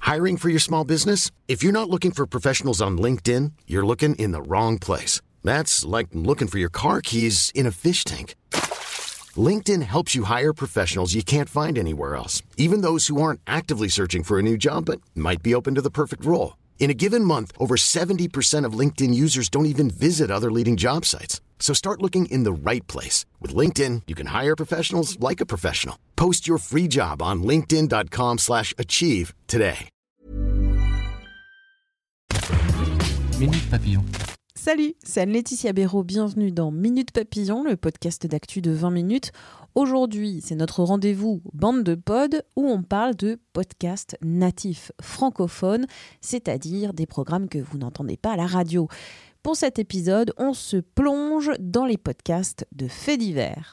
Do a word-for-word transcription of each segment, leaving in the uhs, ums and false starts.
Hiring for your small business? If you're not looking for professionals on LinkedIn, you're looking in the wrong place. That's like looking for your car keys in a fish tank. LinkedIn helps you hire professionals you can't find anywhere else, even those who aren't actively searching for a new job but might be open to the perfect role. In a given month, over seventy percent of LinkedIn users don't even visit other leading job sites. So start looking in the right place. With LinkedIn, you can hire professionals like a professional. Post your free job on linkedin.com slash achieve today. Minute Papillon. Salut, c'est Anne-Laetitia Béraud, bienvenue dans Minute Papillon, le podcast d'actu de vingt minutes. Aujourd'hui, c'est notre rendez-vous Bande de Pod où on parle de podcasts natifs francophones, c'est-à-dire des programmes que vous n'entendez pas à la radio. Pour cet épisode, on se plonge dans les podcasts de faits divers.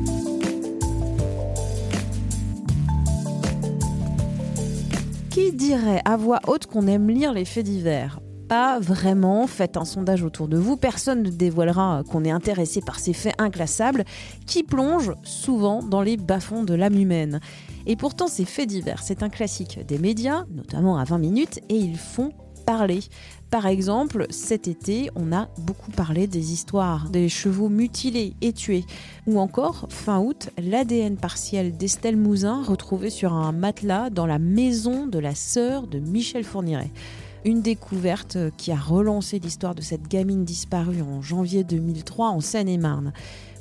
Qui dirait à voix haute qu'on aime lire les faits divers ? Pas vraiment, faites un sondage autour de vous, personne ne dévoilera qu'on est intéressé par ces faits inclassables qui plongent souvent dans les bas-fonds de l'âme humaine. Et pourtant ces faits divers, c'est un classique des médias, notamment à vingt minutes, et ils font parler. Par exemple, cet été, on a beaucoup parlé des histoires des chevaux mutilés et tués. Ou encore, fin août, l'A D N partiel d'Estelle Mouzin retrouvé sur un matelas dans la maison de la sœur de Michel Fourniret. Une découverte qui a relancé l'histoire de cette gamine disparue en janvier deux mille trois en Seine-et-Marne.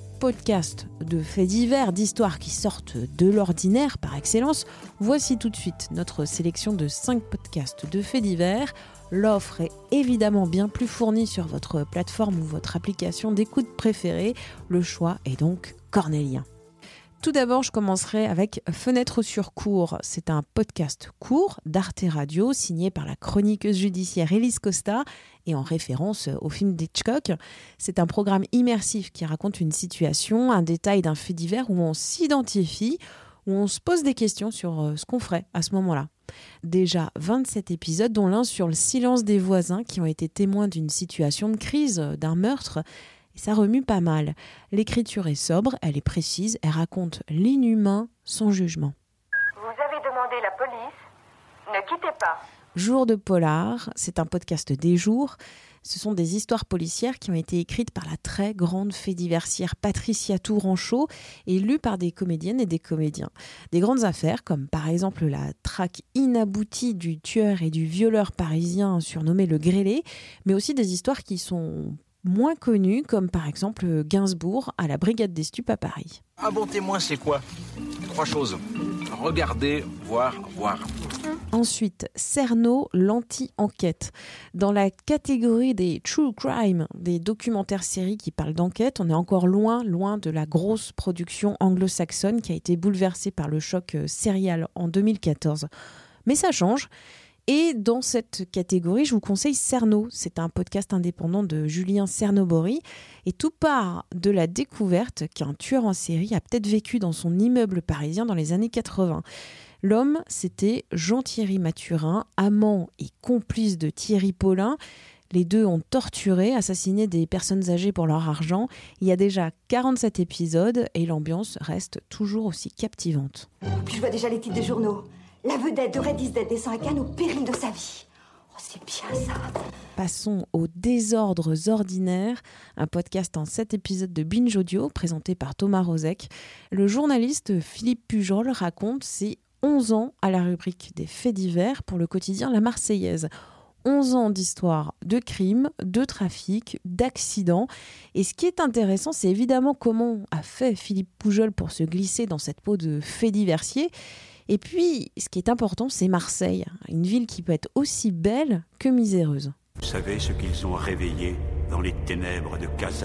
Podcast de faits divers, d'histoires qui sortent de l'ordinaire par excellence. Voici tout de suite notre sélection de cinq podcasts de faits divers. L'offre est évidemment bien plus fournie sur votre plateforme ou votre application d'écoute préférée. Le choix est donc cornélien. Tout d'abord, je commencerai avec Fenêtre sur cour. C'est un podcast court d'Arte Radio signé par la chroniqueuse judiciaire Élise Costa et en référence au film d'Hitchcock. C'est un programme immersif qui raconte une situation, un détail d'un fait divers où on s'identifie, où on se pose des questions sur ce qu'on ferait à ce moment-là. Déjà vingt-sept épisodes, dont l'un sur le silence des voisins qui ont été témoins d'une situation de crise, d'un meurtre. Et ça remue pas mal. L'écriture est sobre, elle est précise, elle raconte l'inhumain sans jugement. Vous avez demandé la police, ne quittez pas. Jour de polar, c'est un podcast des jours. Ce sont des histoires policières qui ont été écrites par la très grande fait diversière Patricia Touranchot et lues par des comédiennes et des comédiens. Des grandes affaires comme par exemple la traque inaboutie du tueur et du violeur parisien surnommé le Grêlé, mais aussi des histoires qui sont moins connues comme par exemple Gainsbourg à la Brigade des Stupes à Paris. Un bon témoin, c'est quoi ? Trois choses. Regarder, voir, voir. Ensuite, Cerno, l'anti-enquête. Dans la catégorie des true crime, des documentaires séries qui parlent d'enquête, on est encore loin, loin de la grosse production anglo-saxonne qui a été bouleversée par le choc sérial en deux mille quatorze. Mais ça change. Et dans cette catégorie, je vous conseille Cerno. C'est un podcast indépendant de Julien Cernobori. Et tout part de la découverte qu'un tueur en série a peut-être vécu dans son immeuble parisien dans les années quatre-vingts. L'homme, c'était Jean-Thierry Mathurin, amant et complice de Thierry Paulin. Les deux ont torturé, assassiné des personnes âgées pour leur argent. Il y a déjà quarante-sept épisodes et l'ambiance reste toujours aussi captivante. Puis je vois déjà les titres des journaux. La vedette de Red is Dead descend à Cannes au péril de sa vie. Oh, c'est bien ça. Passons aux désordres ordinaires, un podcast en sept épisodes de Binge Audio présenté par Thomas Rozek. Le journaliste Philippe Pujol raconte ses onze ans à la rubrique des faits divers pour le quotidien La Marseillaise. onze ans d'histoire de crimes, de trafic, d'accidents. Et ce qui est intéressant, c'est évidemment comment a fait Philippe Pujol pour se glisser dans cette peau de fait diversier. Et puis, ce qui est important, c'est Marseille, une ville qui peut être aussi belle que miséreuse. Vous savez ce qu'ils ont réveillé dans les ténèbres de Casadoum ?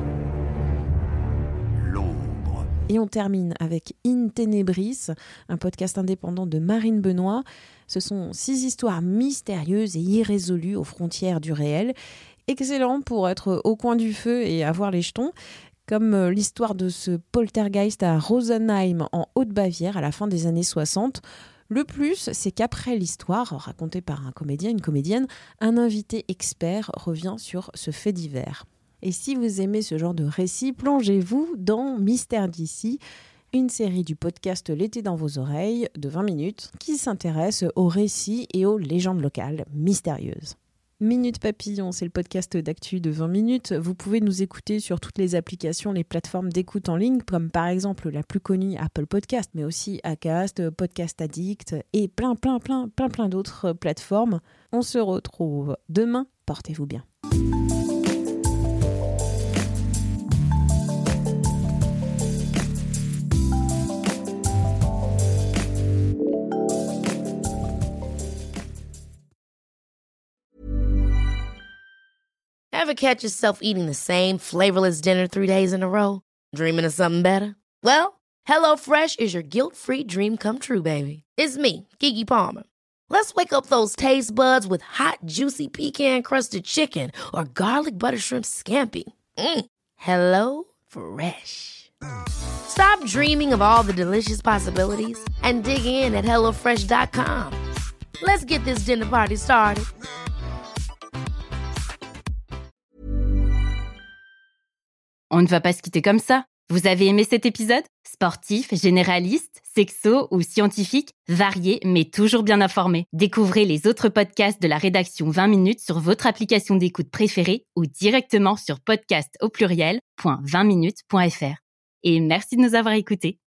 L'ombre. Et on termine avec In Tenebris, un podcast indépendant de Marine Benoît. Ce sont six histoires mystérieuses et irrésolues aux frontières du réel. Excellent pour être au coin du feu et avoir les jetons. Comme l'histoire de ce poltergeist à Rosenheim en Haute-Bavière à la fin des années soixante. Le plus, c'est qu'après l'histoire, racontée par un comédien, une comédienne, un invité expert revient sur ce fait divers. Et si vous aimez ce genre de récit, plongez-vous dans Mystère d'ici, une série du podcast L'été dans vos oreilles de vingt minutes qui s'intéresse aux récits et aux légendes locales mystérieuses. Minute Papillon, c'est le podcast d'actu de vingt minutes. Vous pouvez nous écouter sur toutes les applications, les plateformes d'écoute en ligne, comme par exemple la plus connue Apple Podcast, mais aussi Acast, Podcast Addict et plein, plein, plein, plein, plein d'autres plateformes. On se retrouve demain. Portez-vous bien. Ever catch yourself eating the same flavorless dinner three days in a row? Dreaming of something better? Well, HelloFresh is your guilt-free dream come true, baby. It's me, Keke Palmer. Let's wake up those taste buds with hot, juicy pecan-crusted chicken or garlic butter shrimp scampi. Mm. Hello Fresh. Stop dreaming of all the delicious possibilities and dig in at hello fresh dot com. Let's get this dinner party started. On ne va pas se quitter comme ça. Vous avez aimé cet épisode ? Sportif, généraliste, sexo ou scientifique, varié mais toujours bien informé. Découvrez les autres podcasts de la rédaction vingt minutes sur votre application d'écoute préférée ou directement sur podcast au pluriel point vingt minutes point f r. Et merci de nous avoir écoutés.